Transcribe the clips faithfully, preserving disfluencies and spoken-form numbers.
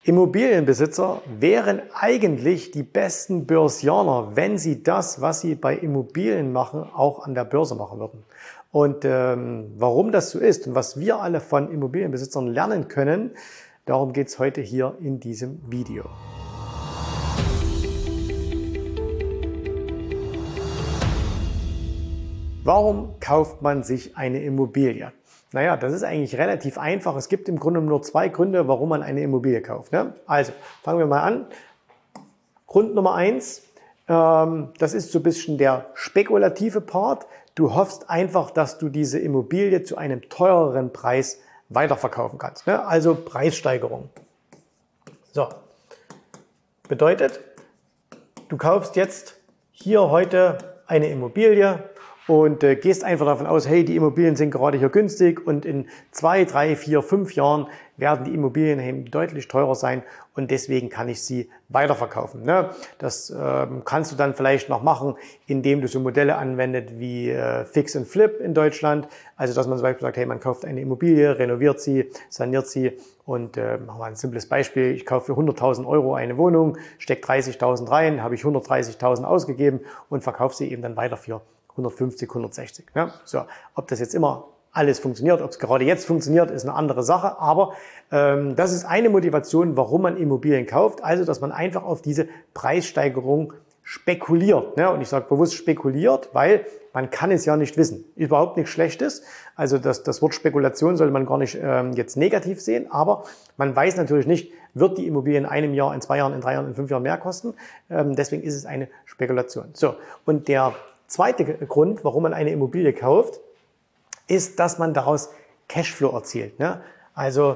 Immobilienbesitzer wären eigentlich die besten Börsianer, wenn sie das, was sie bei Immobilien machen, auch an der Börse machen würden. Und ähm, warum das so ist und was wir alle von Immobilienbesitzern lernen können, darum geht es heute hier in diesem Video. Warum kauft man sich eine Immobilie? Naja, das ist eigentlich relativ einfach. Es gibt im Grunde nur zwei Gründe, warum man eine Immobilie kauft. Ne? Also, fangen wir mal an. Grund Nummer eins, ähm, das ist so ein bisschen der spekulative Part. Du hoffst einfach, dass du diese Immobilie zu einem teureren Preis weiterverkaufen kannst. Ne? Also Preissteigerung. So, bedeutet, du kaufst jetzt hier heute eine Immobilie und äh, gehst einfach davon aus, hey, die Immobilien sind gerade hier günstig und in zwei, drei, vier, fünf Jahren werden die Immobilien eben deutlich teurer sein und deswegen kann ich sie weiterverkaufen. Ne? Das ähm, kannst du dann vielleicht noch machen, indem du so Modelle anwendet wie äh, Fix and Flip in Deutschland. Also dass man zum Beispiel sagt, hey, man kauft eine Immobilie, renoviert sie, saniert sie und äh, machen wir ein simples Beispiel. Ich kaufe für hunderttausend Euro eine Wohnung, stecke dreißigtausend rein, habe ich hundertdreißigtausend ausgegeben und verkaufe sie eben dann weiter für hundertfünfzig, hundertsechzig. Ne? So, ob das jetzt immer alles funktioniert, ob es gerade jetzt funktioniert, ist eine andere Sache. Aber ähm, das ist eine Motivation, warum man Immobilien kauft. Also, dass man einfach auf diese Preissteigerung spekuliert. Ne? Und ich sage bewusst spekuliert, weil man kann es ja nicht wissen. Überhaupt nichts Schlechtes. Also das, das Wort Spekulation sollte man gar nicht ähm, jetzt negativ sehen. Aber man weiß natürlich nicht, wird die Immobilie in einem Jahr, in zwei Jahren, in drei Jahren, in fünf Jahren mehr kosten. Ähm, deswegen ist es eine Spekulation. So, und der zweite Grund, warum man eine Immobilie kauft, ist, dass man daraus Cashflow erzielt. Ne? Also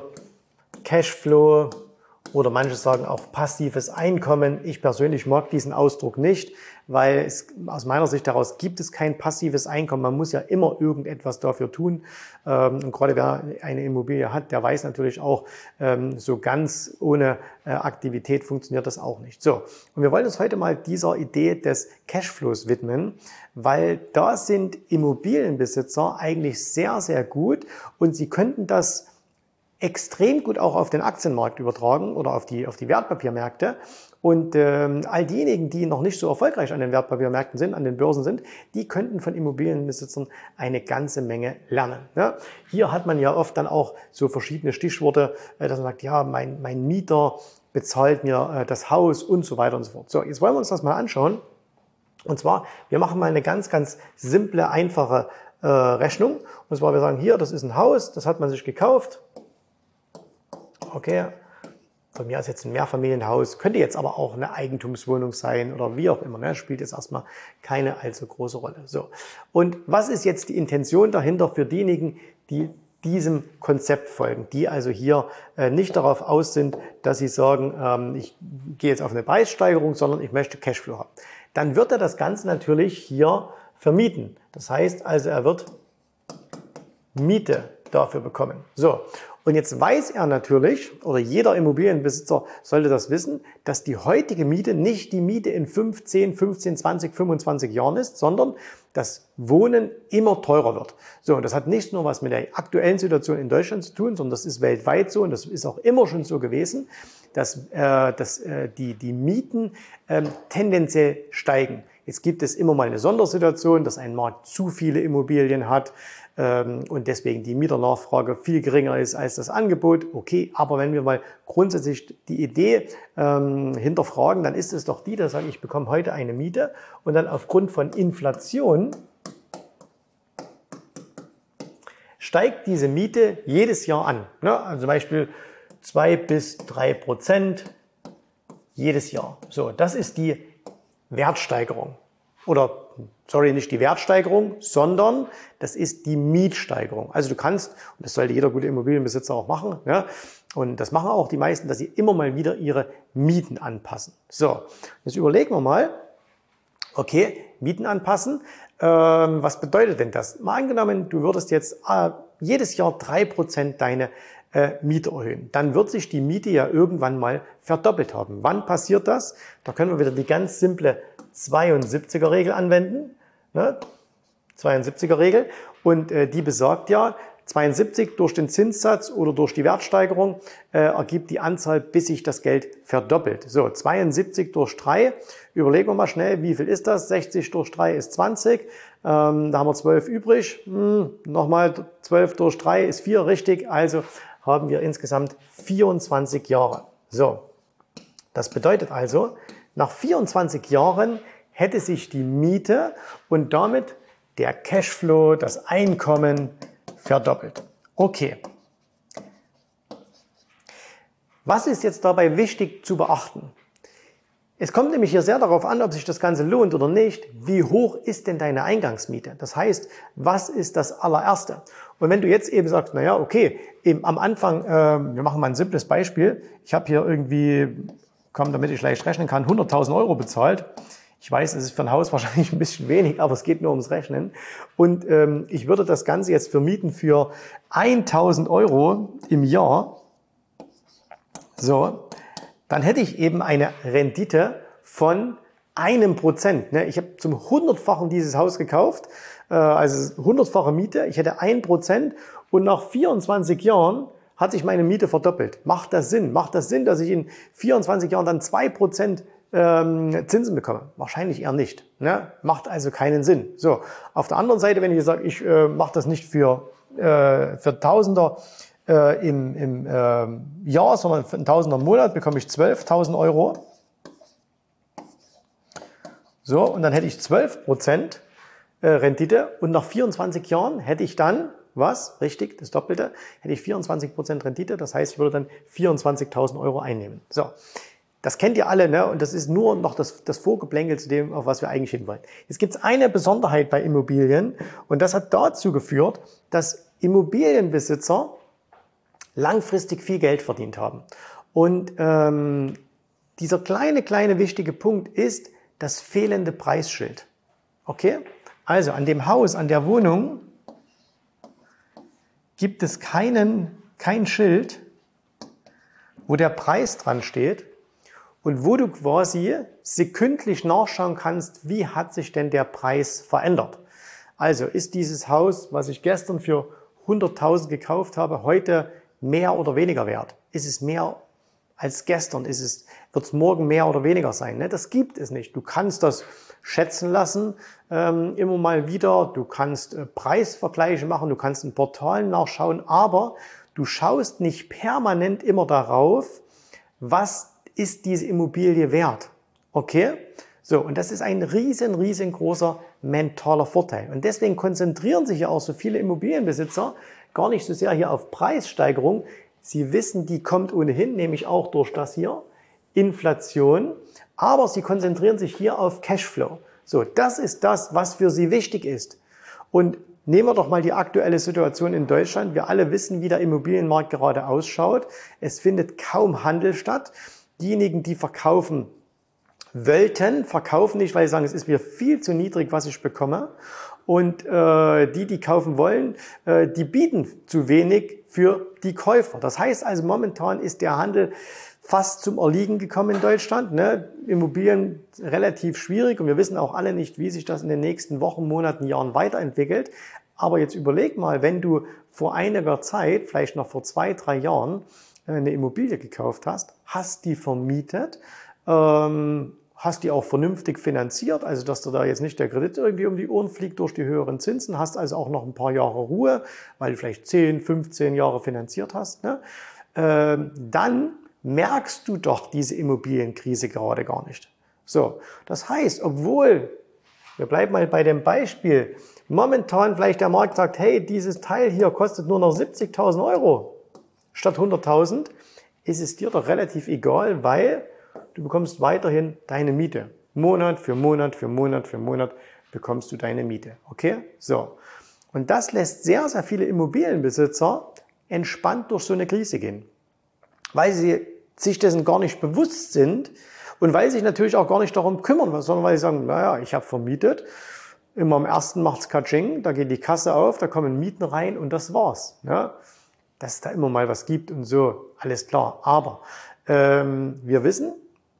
Cashflow oder manche sagen auch passives Einkommen. Ich persönlich mag diesen Ausdruck nicht, weil es aus meiner Sicht daraus gibt es kein passives Einkommen. Man muss ja immer irgendetwas dafür tun. Und gerade wer eine Immobilie hat, der weiß natürlich auch, so ganz ohne Aktivität funktioniert das auch nicht. So, und wir wollen uns heute mal dieser Idee des Cashflows widmen, weil da sind Immobilienbesitzer eigentlich sehr, sehr gut und sie könnten das extrem gut auch auf den Aktienmarkt übertragen oder auf die, auf die Wertpapiermärkte. Und ähm, all diejenigen, die noch nicht so erfolgreich an den Wertpapiermärkten sind, an den Börsen sind, die könnten von Immobilienbesitzern eine ganze Menge lernen. Ja, hier hat man ja oft dann auch so verschiedene Stichworte, äh, dass man sagt, ja, mein, mein Mieter bezahlt mir äh, das Haus und so weiter und so fort. So, jetzt wollen wir uns das mal anschauen. Und zwar, wir machen mal eine ganz, ganz simple, einfache äh, Rechnung. Und zwar, wir sagen, hier, das ist ein Haus, das hat man sich gekauft. Okay, von mir aus jetzt ein Mehrfamilienhaus, könnte jetzt aber auch eine Eigentumswohnung sein oder wie auch immer, ne? Spielt jetzt erstmal keine allzu große Rolle. So. Und was ist jetzt die Intention dahinter für diejenigen, die diesem Konzept folgen, die also hier äh, nicht darauf aus sind, dass sie sagen, ähm, ich gehe jetzt auf eine Preissteigerung, sondern ich möchte Cashflow haben. Dann wird er das Ganze natürlich hier vermieten. Das heißt also, er wird Miete dafür bekommen. So. Und jetzt weiß er natürlich, oder jeder Immobilienbesitzer sollte das wissen, dass die heutige Miete nicht die Miete in fünf, zehn, fünfzehn, zwanzig, fünfundzwanzig Jahren ist, sondern das Wohnen immer teurer wird. So, und das hat nicht nur was mit der aktuellen Situation in Deutschland zu tun, sondern das ist weltweit so und das ist auch immer schon so gewesen, dass, äh, dass äh, die, die Mieten äh, tendenziell steigen. Jetzt gibt es immer mal eine Sondersituation, dass ein Markt zu viele Immobilien hat ähm, und deswegen die Mieternachfrage viel geringer ist als das Angebot. Okay, aber wenn wir mal grundsätzlich die Idee ähm, hinterfragen, dann ist es doch die, dass ich sage, ich bekomme heute eine Miete und dann aufgrund von Inflation steigt diese Miete jedes Jahr an. Ne? Also zum Beispiel zwei bis drei Prozent jedes Jahr. So, das ist die Wertsteigerung. Oder, sorry, nicht die Wertsteigerung, sondern das ist die Mietsteigerung. Also du kannst, und das sollte jeder gute Immobilienbesitzer auch machen, ja, und das machen auch die meisten, dass sie immer mal wieder ihre Mieten anpassen. So, jetzt überlegen wir mal, okay, Mieten anpassen, ähm, was bedeutet denn das? Mal angenommen, du würdest jetzt äh, jedes Jahr drei Prozent deine äh, Miete erhöhen. Dann wird sich die Miete ja irgendwann mal verdoppelt haben. Wann passiert das? Da können wir wieder die ganz simple zweiundsiebziger Regel anwenden. Ne? zweiundsiebziger Regel. Und äh, die besagt ja, zweiundsiebzig durch den Zinssatz oder durch die Wertsteigerung äh, ergibt die Anzahl, bis sich das Geld verdoppelt. So, zweiundsiebzig durch drei, überlegen wir mal schnell, wie viel ist das? sechzig durch drei ist zwanzig, ähm, da haben wir zwölf übrig. Hm, nochmal zwölf durch drei ist vier, richtig, also haben wir insgesamt vierundzwanzig Jahre. So, das bedeutet also, nach vierundzwanzig Jahren hätte sich die Miete und damit der Cashflow, das Einkommen verdoppelt. Okay. Was ist jetzt dabei wichtig zu beachten? Es kommt nämlich hier sehr darauf an, ob sich das Ganze lohnt oder nicht. Wie hoch ist denn deine Eingangsmiete? Das heißt, was ist das allererste? Und wenn du jetzt eben sagst, naja, okay, eben am Anfang, äh, wir machen mal ein simples Beispiel. Ich habe hier irgendwie, komm, damit ich leicht rechnen kann, hunderttausend Euro bezahlt. Ich weiß, es ist für ein Haus wahrscheinlich ein bisschen wenig, aber es geht nur ums Rechnen. Und ähm, ich würde das Ganze jetzt vermieten für tausend Euro im Jahr. So, dann hätte ich eben eine Rendite von einem Prozent. Ne? Ich habe zum hundertfachen dieses Haus gekauft, äh, also hundertfache Miete. Ich hätte ein Prozent und nach vierundzwanzig Jahren hat sich meine Miete verdoppelt. Macht das Sinn? Macht das Sinn, dass ich in vierundzwanzig Jahren dann zwei Prozent ähm, Zinsen bekomme? Wahrscheinlich eher nicht. Ne? Macht also keinen Sinn. So, auf der anderen Seite, wenn ich sage, ich äh, mache das nicht für, äh, für Tausender äh, im, im äh, Jahr, sondern für einen Tausender im Monat, bekomme ich zwölftausend Euro. So, und dann hätte ich zwölf Prozent äh, Rendite und nach vierundzwanzig Jahren hätte ich dann, was? Richtig, das Doppelte, hätte ich vierundzwanzig Prozent Rendite, das heißt, ich würde dann vierundzwanzigtausend Euro einnehmen. So. Das kennt ihr alle, ne? Und das ist nur noch das, das Vorgeplänkel zu dem, auf was wir eigentlich hin wollen. Jetzt gibt es eine Besonderheit bei Immobilien und das hat dazu geführt, dass Immobilienbesitzer langfristig viel Geld verdient haben. Und ähm, dieser kleine, kleine wichtige Punkt ist das fehlende Preisschild. Okay? Also an dem Haus, an der Wohnung gibt es keinen, kein Schild, wo der Preis dran steht, und wo du quasi sekündlich nachschauen kannst, wie hat sich denn der Preis verändert. Also ist dieses Haus, was ich gestern für hunderttausend gekauft habe, heute mehr oder weniger wert? Ist es mehr als gestern? Ist es, wird es morgen mehr oder weniger sein? Ne? Das gibt es nicht. Du kannst das schätzen lassen, ähm, immer mal wieder. Du kannst äh, Preisvergleiche machen, du kannst in Portalen nachschauen, aber du schaust nicht permanent immer darauf, was ist diese Immobilie wert. Okay? So, und das ist ein riesen, riesengroßer mentaler Vorteil. Und deswegen konzentrieren sich ja auch so viele Immobilienbesitzer gar nicht so sehr hier auf Preissteigerung. Sie wissen, die kommt ohnehin, nämlich auch durch das hier, Inflation. Aber sie konzentrieren sich hier auf Cashflow. So, das ist das, was für sie wichtig ist. Und nehmen wir doch mal die aktuelle Situation in Deutschland. Wir alle wissen, wie der Immobilienmarkt gerade ausschaut. Es findet kaum Handel statt. Diejenigen, die verkaufen wollten, verkaufen nicht, weil sie sagen, es ist mir viel zu niedrig, was ich bekomme. Und äh, die, die kaufen wollen, äh, die bieten zu wenig für die Käufer. Das heißt also, momentan ist der Handel fast zum Erliegen gekommen in Deutschland. Ne? Immobilien relativ schwierig und wir wissen auch alle nicht, wie sich das in den nächsten Wochen, Monaten, Jahren weiterentwickelt. Aber jetzt überleg mal, wenn du vor einiger Zeit, vielleicht noch vor zwei, drei Jahren, eine Immobilie gekauft hast, hast die vermietet, ähm, hast die auch vernünftig finanziert, also dass dir da jetzt nicht der Kredit irgendwie um die Ohren fliegt durch die höheren Zinsen, hast also auch noch ein paar Jahre Ruhe, weil du vielleicht zehn, fünfzehn Jahre finanziert hast, ne? ähm, dann merkst du doch diese Immobilienkrise gerade gar nicht. So, das heißt, obwohl, wir bleiben mal bei dem Beispiel, momentan vielleicht der Markt sagt, hey, dieses Teil hier kostet nur noch siebzigtausend Euro statt hunderttausend, ist es dir doch relativ egal, weil du bekommst weiterhin deine Miete. Monat für Monat für Monat für Monat bekommst du deine Miete. Okay? So. Und das lässt sehr, sehr viele Immobilienbesitzer entspannt durch so eine Krise gehen. Weil sie sich dessen gar nicht bewusst sind und weil sie sich natürlich auch gar nicht darum kümmern, sondern weil sie sagen, naja, ich habe vermietet, immer am ersten macht's Katsching, da geht die Kasse auf, da kommen Mieten rein und das war's. Ja? Dass es da immer mal was gibt und so, alles klar. Aber ähm, wir wissen,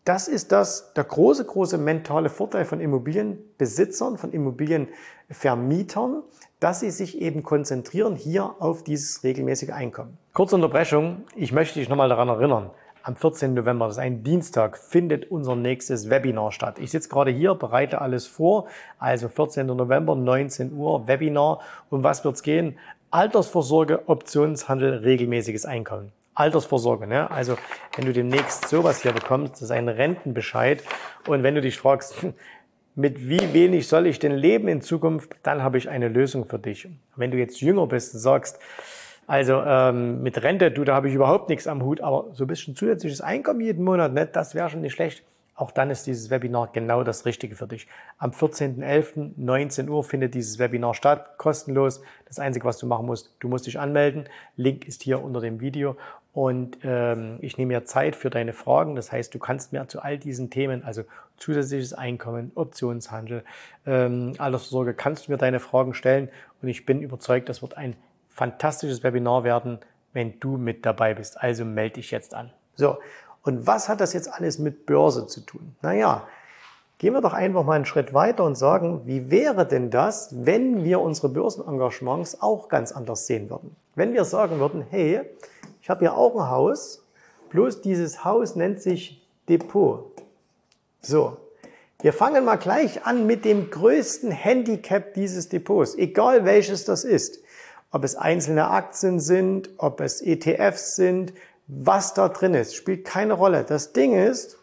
das ist das, der große, große mentale Vorteil von Immobilienbesitzern, von Immobilienvermietern, dass sie sich eben konzentrieren hier auf dieses regelmäßige Einkommen. Kurze Unterbrechung, ich möchte dich nochmal daran erinnern, am vierzehnten November, das ist ein Dienstag, findet unser nächstes Webinar statt. Ich sitze gerade hier, bereite alles vor, also vierzehnten November, neunzehn Uhr, Webinar. Um was wird es gehen? Altersvorsorge, Optionshandel, regelmäßiges Einkommen. Altersvorsorge, ne? Also wenn du demnächst sowas hier bekommst, das ist ein Rentenbescheid, und wenn du dich fragst, mit wie wenig soll ich denn leben in Zukunft, dann habe ich eine Lösung für dich. Wenn du jetzt jünger bist und sagst, also ähm, mit Rente, du, da habe ich überhaupt nichts am Hut, aber so ein bisschen zusätzliches Einkommen jeden Monat, ne, das wäre schon nicht schlecht. Auch dann ist dieses Webinar genau das Richtige für dich. Am vierzehnten elften neunzehn Uhr findet dieses Webinar statt, kostenlos. Das Einzige, was du machen musst, du musst dich anmelden. Link ist hier unter dem Video. Und ähm, ich nehme mir Zeit für deine Fragen. Das heißt, du kannst mir zu all diesen Themen, also zusätzliches Einkommen, Optionshandel, ähm, Altersvorsorge, kannst du mir deine Fragen stellen. Und ich bin überzeugt, das wird ein fantastisches Webinar werden, wenn du mit dabei bist. Also melde dich jetzt an. So. Und was hat das jetzt alles mit Börse zu tun? Naja, gehen wir doch einfach mal einen Schritt weiter und sagen, wie wäre denn das, wenn wir unsere Börsenengagements auch ganz anders sehen würden? Wenn wir sagen würden, hey, ich habe hier auch ein Haus, bloß dieses Haus nennt sich Depot. So, wir fangen mal gleich an mit dem größten Handicap dieses Depots, egal welches das ist. Ob es einzelne Aktien sind, ob es E T Fs sind, was da drin ist, spielt keine Rolle. Das Ding ist,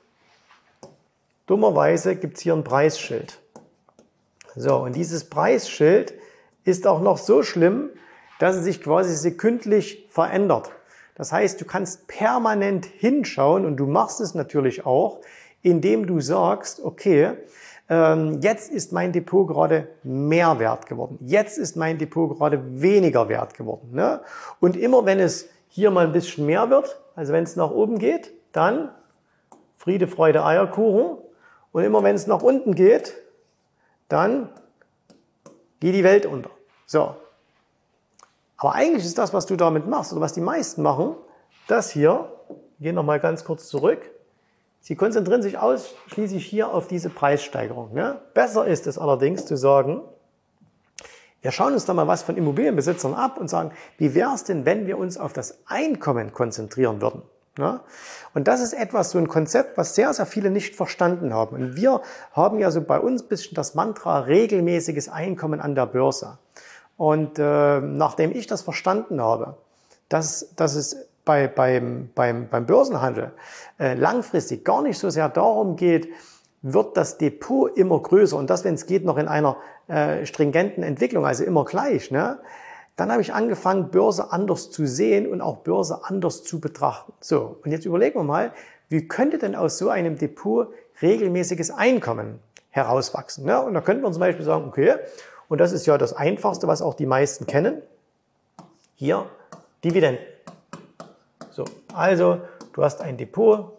dummerweise gibt es hier ein Preisschild. So, und dieses Preisschild ist auch noch so schlimm, dass es sich quasi sekündlich verändert. Das heißt, du kannst permanent hinschauen, und du machst es natürlich auch, indem du sagst, okay, ähm, jetzt ist mein Depot gerade mehr wert geworden. Jetzt ist mein Depot gerade weniger wert geworden. Ne? Und immer wenn es hier mal ein bisschen mehr wird, also wenn es nach oben geht, dann Friede, Freude, Eierkuchen. Und immer wenn es nach unten geht, dann geht die Welt unter. So. Aber eigentlich ist das, was du damit machst, oder was die meisten machen, das hier, wir gehen nochmal ganz kurz zurück, sie konzentrieren sich ausschließlich hier auf diese Preissteigerung. Ne? Besser ist es allerdings zu sagen, wir schauen uns da mal was von Immobilienbesitzern ab und sagen, wie wäre es denn, wenn wir uns auf das Einkommen konzentrieren würden? Ja? Und das ist etwas, so ein Konzept, was sehr, sehr viele nicht verstanden haben. Und wir haben ja so bei uns ein bisschen das Mantra regelmäßiges Einkommen an der Börse. Und äh, nachdem ich das verstanden habe, dass, dass es bei, beim, beim, beim Börsenhandel äh, langfristig gar nicht so sehr darum geht, wird das Depot immer größer, und das, wenn es geht, noch in einer äh, stringenten Entwicklung, also immer gleich. Ne? Dann habe ich angefangen, Börse anders zu sehen und auch Börse anders zu betrachten. So, und jetzt überlegen wir mal, wie könnte denn aus so einem Depot regelmäßiges Einkommen herauswachsen? Ne? Und da könnten wir zum Beispiel sagen, okay, und das ist ja das Einfachste, was auch die meisten kennen, hier Dividenden. So, also du hast ein Depot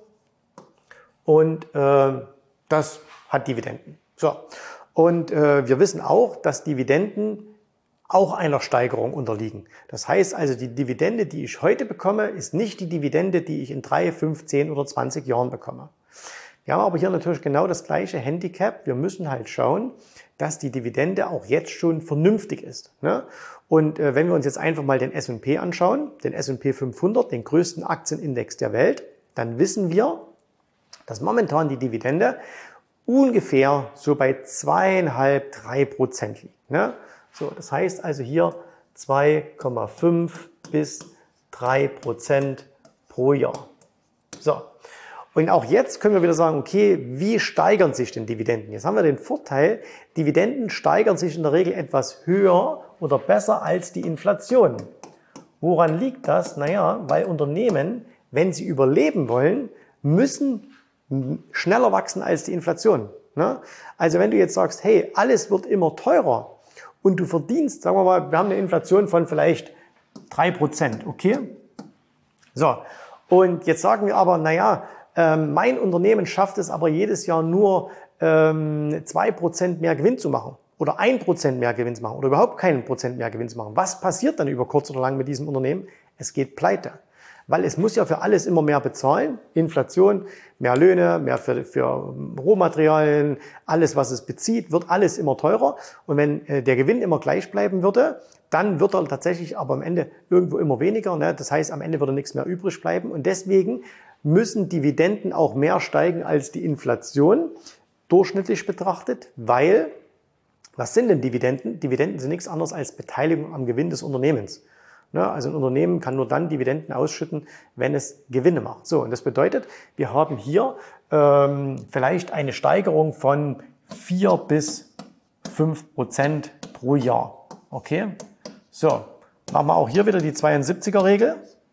und äh, das hat Dividenden. So, und äh, wir wissen auch, dass Dividenden auch einer Steigerung unterliegen. Das heißt also, die Dividende, die ich heute bekomme, ist nicht die Dividende, die ich in drei, fünf, zehn oder zwanzig Jahren bekomme. Wir haben aber hier natürlich genau das gleiche Handicap. Wir müssen halt schauen, dass die Dividende auch jetzt schon vernünftig ist. Ne? Und äh, wenn wir uns jetzt einfach mal den S und P anschauen, den S und P fünfhundert, den größten Aktienindex der Welt, dann wissen wir, dass momentan die Dividende ungefähr so bei zweieinhalb, drei Prozent liegt. Ne? So, das heißt also hier zwei Komma fünf bis drei Prozent pro Jahr. So. Und auch jetzt können wir wieder sagen, okay, wie steigern sich denn Dividenden? Jetzt haben wir den Vorteil, Dividenden steigern sich in der Regel etwas höher oder besser als die Inflation. Woran liegt das? Naja, weil Unternehmen, wenn sie überleben wollen, müssen schneller wachsen als die Inflation. Ne? Also wenn du jetzt sagst, hey, alles wird immer teurer und du verdienst, sagen wir mal, wir haben eine Inflation von vielleicht drei Prozent, okay? So, und jetzt sagen wir aber, naja, ähm, mein Unternehmen schafft es aber jedes Jahr nur ähm, zwei Prozent mehr Gewinn zu machen oder ein Prozent mehr Gewinn zu machen oder überhaupt keinen Prozent mehr Gewinn zu machen. Was passiert dann über kurz oder lang mit diesem Unternehmen? Es geht pleite. weil es muss ja für alles immer mehr bezahlen. Inflation, mehr Löhne, mehr für, für Rohmaterialien, alles, was es bezieht, wird alles immer teurer. Und wenn äh, der Gewinn immer gleich bleiben würde, dann wird er tatsächlich aber am Ende irgendwo immer weniger. Ne? Das heißt, am Ende würde nichts mehr übrig bleiben. Und deswegen müssen Dividenden auch mehr steigen als die Inflation, durchschnittlich betrachtet, weil, was sind denn Dividenden? Dividenden sind nichts anderes als Beteiligung am Gewinn des Unternehmens. Ja, also ein Unternehmen kann nur dann Dividenden ausschütten, wenn es Gewinne macht. So, und das bedeutet, wir haben hier ähm, vielleicht eine Steigerung von vier bis fünf Prozent pro Jahr. Okay? So, machen wir auch hier wieder die zweiundsiebziger-Regel.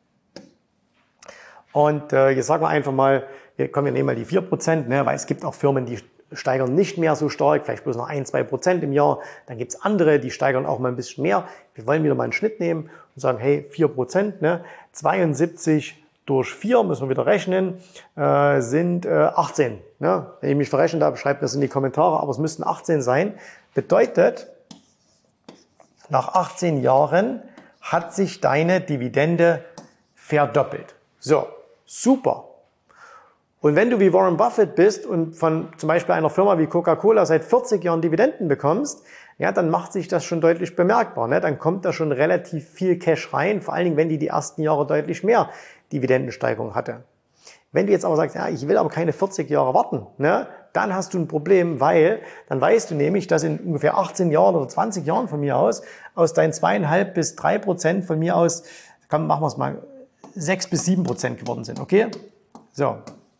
Und äh, jetzt sagen wir einfach mal, wir, komm, wir nehmen mal die vier Prozent, ne, weil es gibt auch Firmen, die steigern nicht mehr so stark, vielleicht bloß noch ein, zwei Prozent im Jahr. Dann gibt's andere, die steigern auch mal ein bisschen mehr. Wir wollen wieder mal einen Schnitt nehmen und sagen, hey, vier Prozent, ne, zweiundsiebzig durch vier, müssen wir wieder rechnen, äh, sind äh, achtzehn. Ne? Wenn ich mich verrechnet habe, schreibt das in die Kommentare, aber es müssten achtzehn sein. Bedeutet, nach achtzehn Jahren hat sich deine Dividende verdoppelt. So, super. Und wenn du wie Warren Buffett bist und von zum Beispiel einer Firma wie Coca-Cola seit vierzig Jahren Dividenden bekommst, ja, dann macht sich das schon deutlich bemerkbar. Ne? Dann kommt da schon relativ viel Cash rein, vor allen Dingen, wenn die die ersten Jahre deutlich mehr Dividendensteigerung hatte. Wenn du jetzt aber sagst, ja, ich will aber keine vierzig Jahre warten, ne, dann hast du ein Problem, weil dann weißt du nämlich, dass in ungefähr achtzehn Jahren oder zwanzig Jahren von mir aus, aus deinen zweieinhalb bis drei Prozent von mir aus, komm, machen wir es mal, sechs bis sieben Prozent geworden sind, okay? So.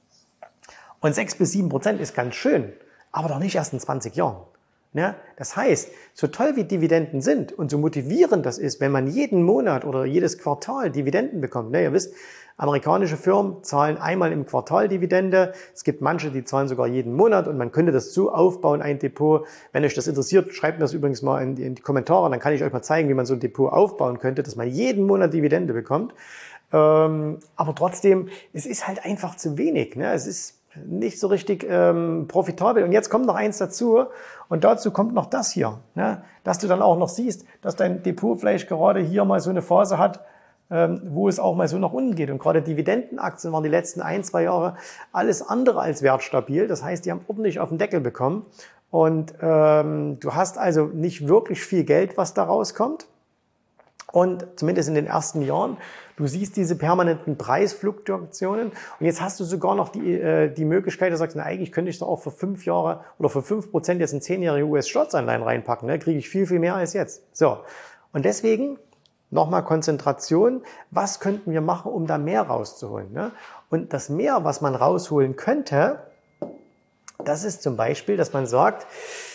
Und sechs bis sieben Prozent ist ganz schön, aber doch nicht erst in zwanzig Jahren. Ne? Das heißt, so toll wie Dividenden sind und so motivierend das ist, wenn man jeden Monat oder jedes Quartal Dividenden bekommt. Ne? Ihr wisst, amerikanische Firmen zahlen einmal im Quartal Dividende. Es gibt manche, die zahlen sogar jeden Monat und man könnte das so aufbauen, ein Depot. Wenn euch das interessiert, schreibt mir das übrigens mal in die, in die Kommentare, dann kann ich euch mal zeigen, wie man so ein Depot aufbauen könnte, dass man jeden Monat Dividende bekommt. Ähm, aber trotzdem, es ist halt einfach zu wenig. Ne? Es ist nicht so richtig ähm, profitabel. Und jetzt kommt noch eins dazu und dazu kommt noch das hier, ne? Dass du dann auch noch siehst, dass dein Depot vielleicht gerade hier mal so eine Phase hat, ähm, wo es auch mal so nach unten geht. Und gerade Dividendenaktien waren die letzten ein, zwei Jahre alles andere als wertstabil. Das heißt, die haben ordentlich auf den Deckel bekommen und ähm, du hast also nicht wirklich viel Geld, was da rauskommt. Und zumindest in den ersten Jahren, du siehst diese permanenten Preisfluktuationen und jetzt hast du sogar noch die, äh, die Möglichkeit, du sagst, na, eigentlich könnte ich doch auch für fünf Jahre oder für fünf Prozent jetzt ein zehnjährige U S-Staatsanleihen reinpacken, ne? Kriege ich viel, viel mehr als jetzt. So, und deswegen nochmal Konzentration, was könnten wir machen, um da mehr rauszuholen? Ne? Und das Mehr, was man rausholen könnte, das ist zum Beispiel, dass man sagt,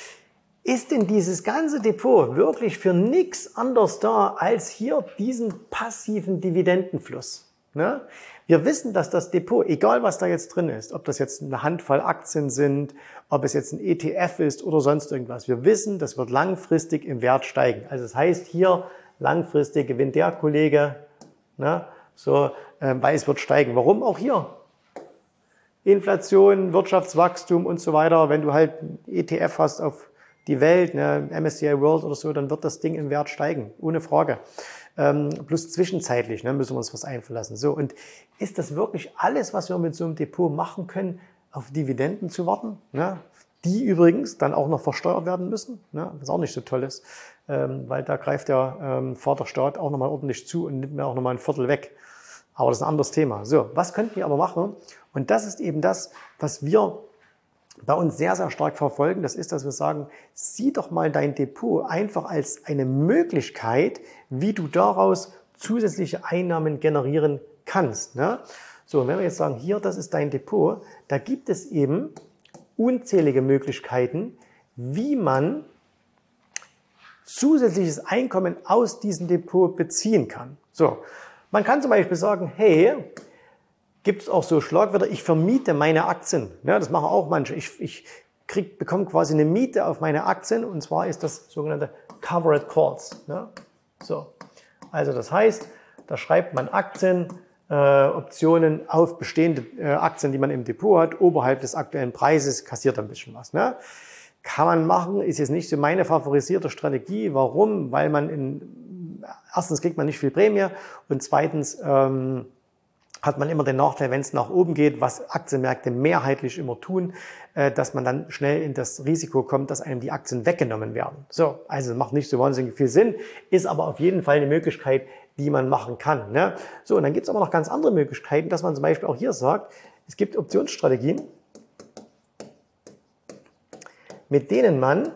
ist denn dieses ganze Depot wirklich für nichts anderes da, als hier diesen passiven Dividendenfluss? Ne? Wir wissen, dass das Depot, egal was da jetzt drin ist, ob das jetzt eine Handvoll Aktien sind, ob es jetzt ein E T F ist oder sonst irgendwas, wir wissen, das wird langfristig im Wert steigen. Also das heißt hier, langfristig gewinnt der Kollege, ne? So, äh, weil es wird steigen. Warum auch hier? Inflation, Wirtschaftswachstum und so weiter. Wenn du halt ein E T F hast auf die Welt, ne, M S C I World oder so, dann wird das Ding im Wert steigen, ohne Frage. Ähm, plus zwischenzeitlich, ne, müssen wir uns was einfallen lassen. So, und ist das wirklich alles, was wir mit so einem Depot machen können, auf Dividenden zu warten? Ne? Die übrigens dann auch noch versteuert werden müssen, ne? Was auch nicht so toll ist, ähm, weil da greift der ähm, Vaterstaat auch nochmal ordentlich zu und nimmt mir auch nochmal ein Viertel weg. Aber das ist ein anderes Thema. So, was könnten wir aber machen? Und das ist eben das, was wir bei uns sehr, sehr stark verfolgen. Das ist, dass wir sagen, sieh doch mal dein Depot einfach als eine Möglichkeit, wie du daraus zusätzliche Einnahmen generieren kannst. Ne? So, wenn wir jetzt sagen, hier, das ist dein Depot, da gibt es eben unzählige Möglichkeiten, wie man zusätzliches Einkommen aus diesem Depot beziehen kann. So, man kann zum Beispiel sagen, hey, gibt es auch so Schlagwörter, ich vermiete meine Aktien. Ja, das machen auch manche. Ich, ich krieg, bekomme quasi eine Miete auf meine Aktien und zwar ist das sogenannte Covered Calls. Ja, so. Also das heißt, da schreibt man Aktien, äh, Optionen auf bestehende äh, Aktien, die man im Depot hat, oberhalb des aktuellen Preises, kassiert ein bisschen was. Ne? Kann man machen, ist jetzt nicht so meine favorisierte Strategie. Warum? Weil man in, erstens kriegt man nicht viel Prämie und zweitens, ähm, hat man immer den Nachteil, wenn es nach oben geht, was Aktienmärkte mehrheitlich immer tun, dass man dann schnell in das Risiko kommt, dass einem die Aktien weggenommen werden. So, also macht nicht so wahnsinnig viel Sinn, ist aber auf jeden Fall eine Möglichkeit, die man machen kann. Ne? So, und dann gibt es aber noch ganz andere Möglichkeiten, dass man zum Beispiel auch hier sagt, es gibt Optionsstrategien, mit denen man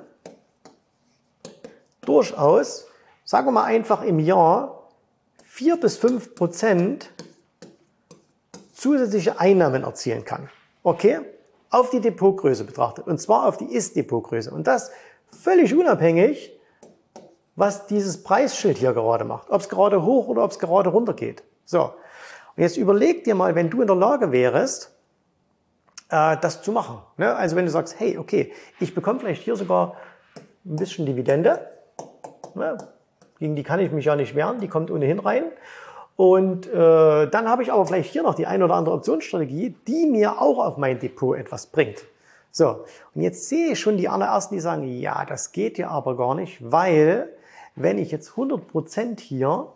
durchaus, sagen wir mal einfach im Jahr, vier bis fünf Prozent zusätzliche Einnahmen erzielen kann. Okay? Auf die Depotgröße betrachtet. Und zwar auf die Ist-Depotgröße. Und das völlig unabhängig, was dieses Preisschild hier gerade macht. Ob es gerade hoch oder ob es gerade runter geht. So. Und jetzt überleg dir mal, wenn du in der Lage wärst, äh, das zu machen. Ne? Also wenn du sagst, hey, okay, ich bekomme vielleicht hier sogar ein bisschen Dividende. Ne? Gegen die kann ich mich ja nicht wehren, die kommt ohnehin rein. Und äh, dann habe ich aber vielleicht hier noch die eine oder andere Optionsstrategie, die mir auch auf mein Depot etwas bringt. So, und jetzt sehe ich schon die allerersten, die sagen, ja, das geht ja aber gar nicht, weil wenn ich jetzt hundert Prozent hier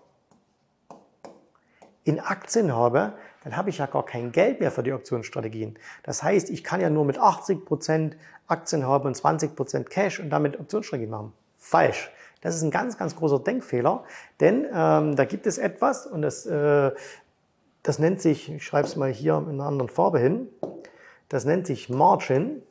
in Aktien habe, dann habe ich ja gar kein Geld mehr für die Optionsstrategien. Das heißt, ich kann ja nur mit achtzig Prozent Aktien haben und zwanzig Prozent Cash und damit Optionsstrategien machen. Falsch. Das ist ein ganz, ganz großer Denkfehler, denn ähm, da gibt es etwas und das, äh, das nennt sich, ich schreibe es mal hier in einer anderen Farbe hin, das nennt sich Margin.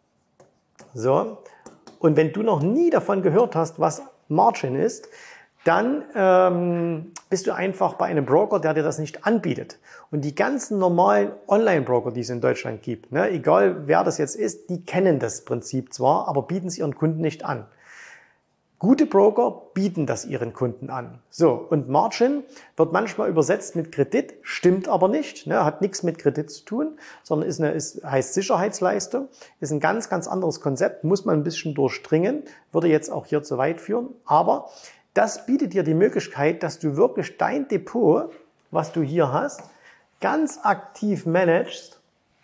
So, und wenn du noch nie davon gehört hast, was Margin ist, dann ähm, bist du einfach bei einem Broker, der dir das nicht anbietet. Und die ganzen normalen Online-Broker, die es in Deutschland gibt, ne, egal wer das jetzt ist, die kennen das Prinzip zwar, aber bieten es ihren Kunden nicht an. Gute Broker bieten das ihren Kunden an. So, und Margin wird manchmal übersetzt mit Kredit, stimmt aber nicht, ne, hat nichts mit Kredit zu tun, sondern ist eine, ist, heißt Sicherheitsleistung, ist ein ganz, ganz anderes Konzept, muss man ein bisschen durchdringen, würde jetzt auch hier zu weit führen, aber das bietet dir die Möglichkeit, dass du wirklich dein Depot, was du hier hast, ganz aktiv managst,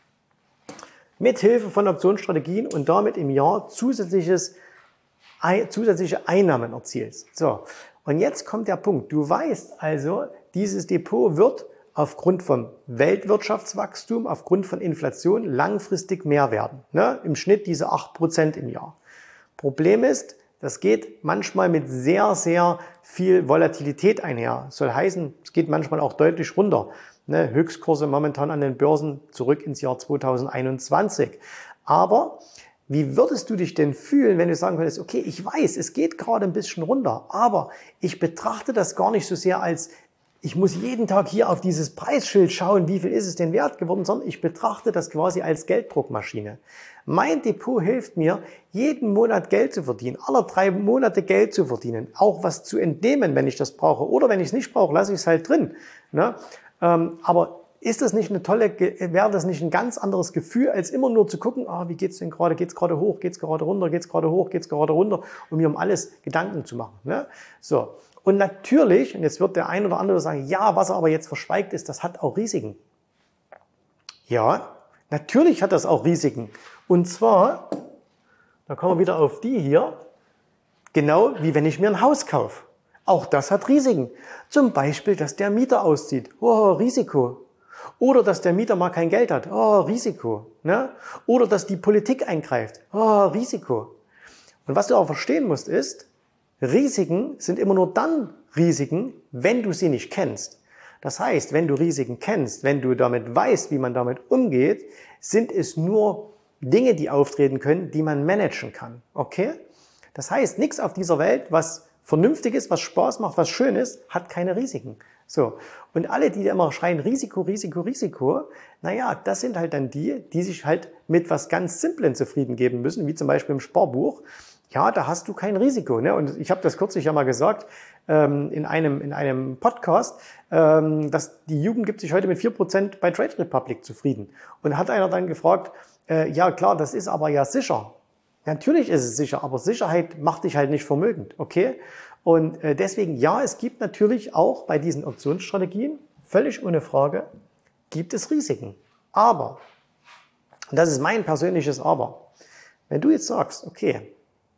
mit Hilfe von Optionsstrategien und damit im Jahr zusätzliches zusätzliche Einnahmen erzielst. So, und jetzt kommt der Punkt. Du weißt also, dieses Depot wird aufgrund vom Weltwirtschaftswachstum, aufgrund von Inflation langfristig mehr werden. Ne? Im Schnitt diese acht Prozent im Jahr. Problem ist, das geht manchmal mit sehr, sehr viel Volatilität einher. Das soll heißen, es geht manchmal auch deutlich runter. Ne? Höchstkurse momentan an den Börsen zurück ins Jahr zweitausendeinundzwanzig. Aber wie würdest du dich denn fühlen, wenn du sagen könntest, okay, ich weiß, es geht gerade ein bisschen runter, aber ich betrachte das gar nicht so sehr als, ich muss jeden Tag hier auf dieses Preisschild schauen, wie viel ist es denn wert geworden, sondern ich betrachte das quasi als Gelddruckmaschine. Mein Depot hilft mir, jeden Monat Geld zu verdienen, alle drei Monate Geld zu verdienen, auch was zu entnehmen, wenn ich das brauche. Oder wenn ich es nicht brauche, lasse ich es halt drin. Ne? Ähm, aber ist das nicht eine tolle, wäre das nicht ein ganz anderes Gefühl, als immer nur zu gucken, ah, wie geht's denn gerade, geht's gerade hoch, geht's gerade runter, geht's gerade hoch, geht's gerade runter, um mir um alles Gedanken zu machen. Ne? So. Und natürlich, und jetzt wird der ein oder andere sagen, ja, was er aber jetzt verschweigt ist, das hat auch Risiken. Ja, natürlich hat das auch Risiken. Und zwar, da kommen wir wieder auf die hier, genau wie wenn ich mir ein Haus kaufe. Auch das hat Risiken. Zum Beispiel, dass der Mieter auszieht. Oh, Risiko. Oder dass der Mieter mal kein Geld hat. Oh, Risiko. Ne? Oder dass die Politik eingreift. Oh, Risiko. Und was du auch verstehen musst ist, Risiken sind immer nur dann Risiken, wenn du sie nicht kennst. Das heißt, wenn du Risiken kennst, wenn du damit weißt, wie man damit umgeht, sind es nur Dinge, die auftreten können, die man managen kann. Okay? Das heißt, nichts auf dieser Welt, was vernünftig ist, was Spaß macht, was schön ist, hat keine Risiken. So. Und alle, die immer schreien Risiko, Risiko, Risiko, naja, das sind halt dann die, die sich halt mit was ganz Simplen zufrieden geben müssen, wie zum Beispiel im Sparbuch. Ja, da hast du kein Risiko. Ne? Und ich habe das kürzlich ja mal gesagt ähm, in einem in einem Podcast, ähm, dass die Jugend gibt sich heute mit vier Prozent bei Trade Republic zufrieden. Und da hat einer dann gefragt, äh, ja klar, das ist aber ja sicher. Natürlich ist es sicher, aber Sicherheit macht dich halt nicht vermögend, okay? Und äh, deswegen, ja, es gibt natürlich auch bei diesen Optionsstrategien, völlig ohne Frage, gibt es Risiken. Aber, und das ist mein persönliches Aber, wenn du jetzt sagst, okay,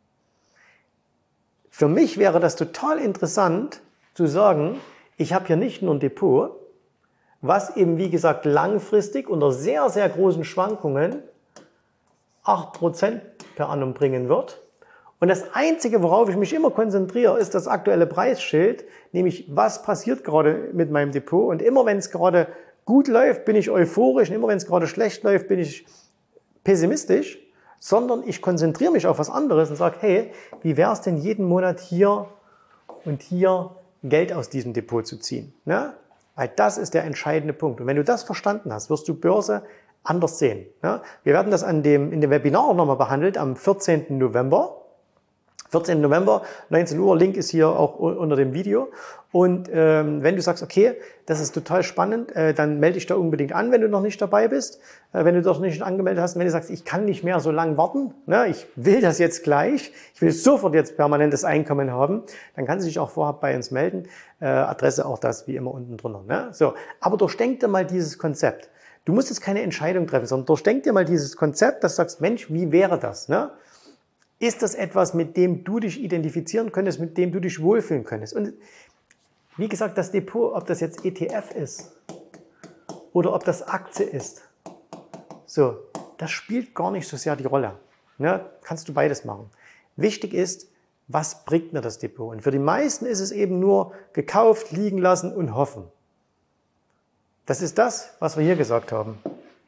für mich wäre das total interessant zu sagen, ich habe hier nicht nur ein Depot, was eben wie gesagt langfristig unter sehr, sehr großen Schwankungen acht Prozent per annum bringen wird. Und das Einzige, worauf ich mich immer konzentriere, ist das aktuelle Preisschild, nämlich was passiert gerade mit meinem Depot. Und immer wenn es gerade gut läuft, bin ich euphorisch, und immer wenn es gerade schlecht läuft, bin ich pessimistisch, sondern ich konzentriere mich auf was anderes und sage, hey, wie wäre es denn jeden Monat hier und hier Geld aus diesem Depot zu ziehen? Ne? Weil das ist der entscheidende Punkt. Und wenn du das verstanden hast, wirst du Börse anders sehen. Ne? Wir werden das an dem, in dem Webinar auch nochmal behandelt am vierzehnten November. vierzehnten November, neunzehn Uhr, Link ist hier auch unter dem Video. Und ähm, wenn du sagst, okay, das ist total spannend, äh, dann melde dich da unbedingt an, wenn du noch nicht dabei bist, äh, wenn du doch nicht angemeldet hast. Und wenn du sagst, ich kann nicht mehr so lange warten, ne, ich will das jetzt gleich, ich will sofort jetzt permanentes Einkommen haben, dann kannst du dich auch vorab bei uns melden. Äh, Adresse auch das, wie immer unten drunter. Ne? So, aber durchdenk dir mal dieses Konzept. Du musst jetzt keine Entscheidung treffen, sondern durchdenk dir mal dieses Konzept, dass du sagst, Mensch, wie wäre das? Ne? Ist das etwas, mit dem du dich identifizieren könntest, mit dem du dich wohlfühlen könntest? Und wie gesagt, das Depot, ob das jetzt E T F ist oder ob das Aktie ist, so, das spielt gar nicht so sehr die Rolle. Ne? Kannst du beides machen. Wichtig ist, was bringt mir das Depot? Und für die meisten ist es eben nur gekauft, liegen lassen und hoffen. Das ist das, was wir hier gesagt haben.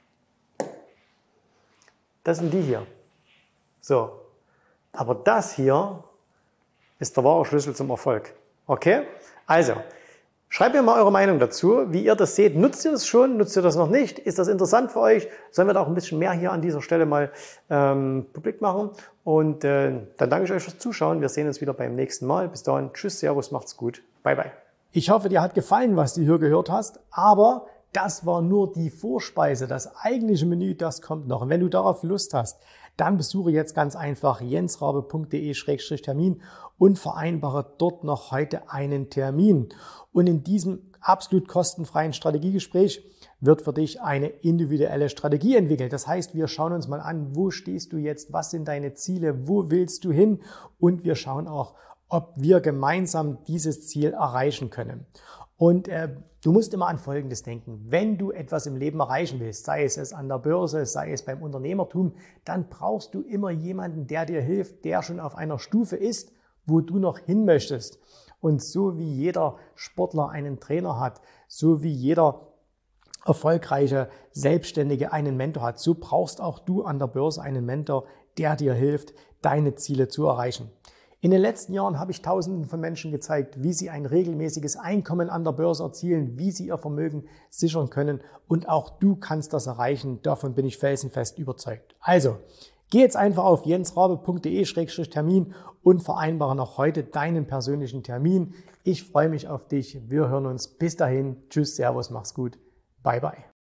Das sind die hier. So. Aber das hier ist der wahre Schlüssel zum Erfolg. Okay? Also, schreibt mir mal eure Meinung dazu, wie ihr das seht. Nutzt ihr das schon? Nutzt ihr das noch nicht? Ist das interessant für euch? Sollen wir da auch ein bisschen mehr hier an dieser Stelle mal ähm, publik machen? Und äh, dann danke ich euch fürs Zuschauen. Wir sehen uns wieder beim nächsten Mal. Bis dahin, tschüss, servus, macht's gut. Bye, bye. Ich hoffe, dir hat gefallen, was du hier gehört hast. Aber das war nur die Vorspeise. Das eigentliche Menü, das kommt noch. Und wenn du darauf Lust hast, dann besuche jetzt ganz einfach jensrabe punkt de Schrägstrich Termin und vereinbare dort noch heute einen Termin. Und in diesem absolut kostenfreien Strategiegespräch wird für dich eine individuelle Strategie entwickelt. Das heißt, wir schauen uns mal an, wo stehst du jetzt, was sind deine Ziele, wo willst du hin? Und wir schauen auch, ob wir gemeinsam dieses Ziel erreichen können. Und äh, du musst immer an Folgendes denken. Wenn du etwas im Leben erreichen willst, sei es es an der Börse, sei es beim Unternehmertum, dann brauchst du immer jemanden, der dir hilft, der schon auf einer Stufe ist, wo du noch hin möchtest. Und so wie jeder Sportler einen Trainer hat, so wie jeder erfolgreiche Selbstständige einen Mentor hat, so brauchst auch du an der Börse einen Mentor, der dir hilft, deine Ziele zu erreichen. In den letzten Jahren habe ich Tausenden von Menschen gezeigt, wie sie ein regelmäßiges Einkommen an der Börse erzielen, wie sie ihr Vermögen sichern können. Und auch du kannst das erreichen. Davon bin ich felsenfest überzeugt. Also, geh jetzt einfach auf jensrabe punkt de Schrägstrich Termin und vereinbare noch heute deinen persönlichen Termin. Ich freue mich auf dich. Wir hören uns. Bis dahin. Tschüss, servus, mach's gut. Bye, bye.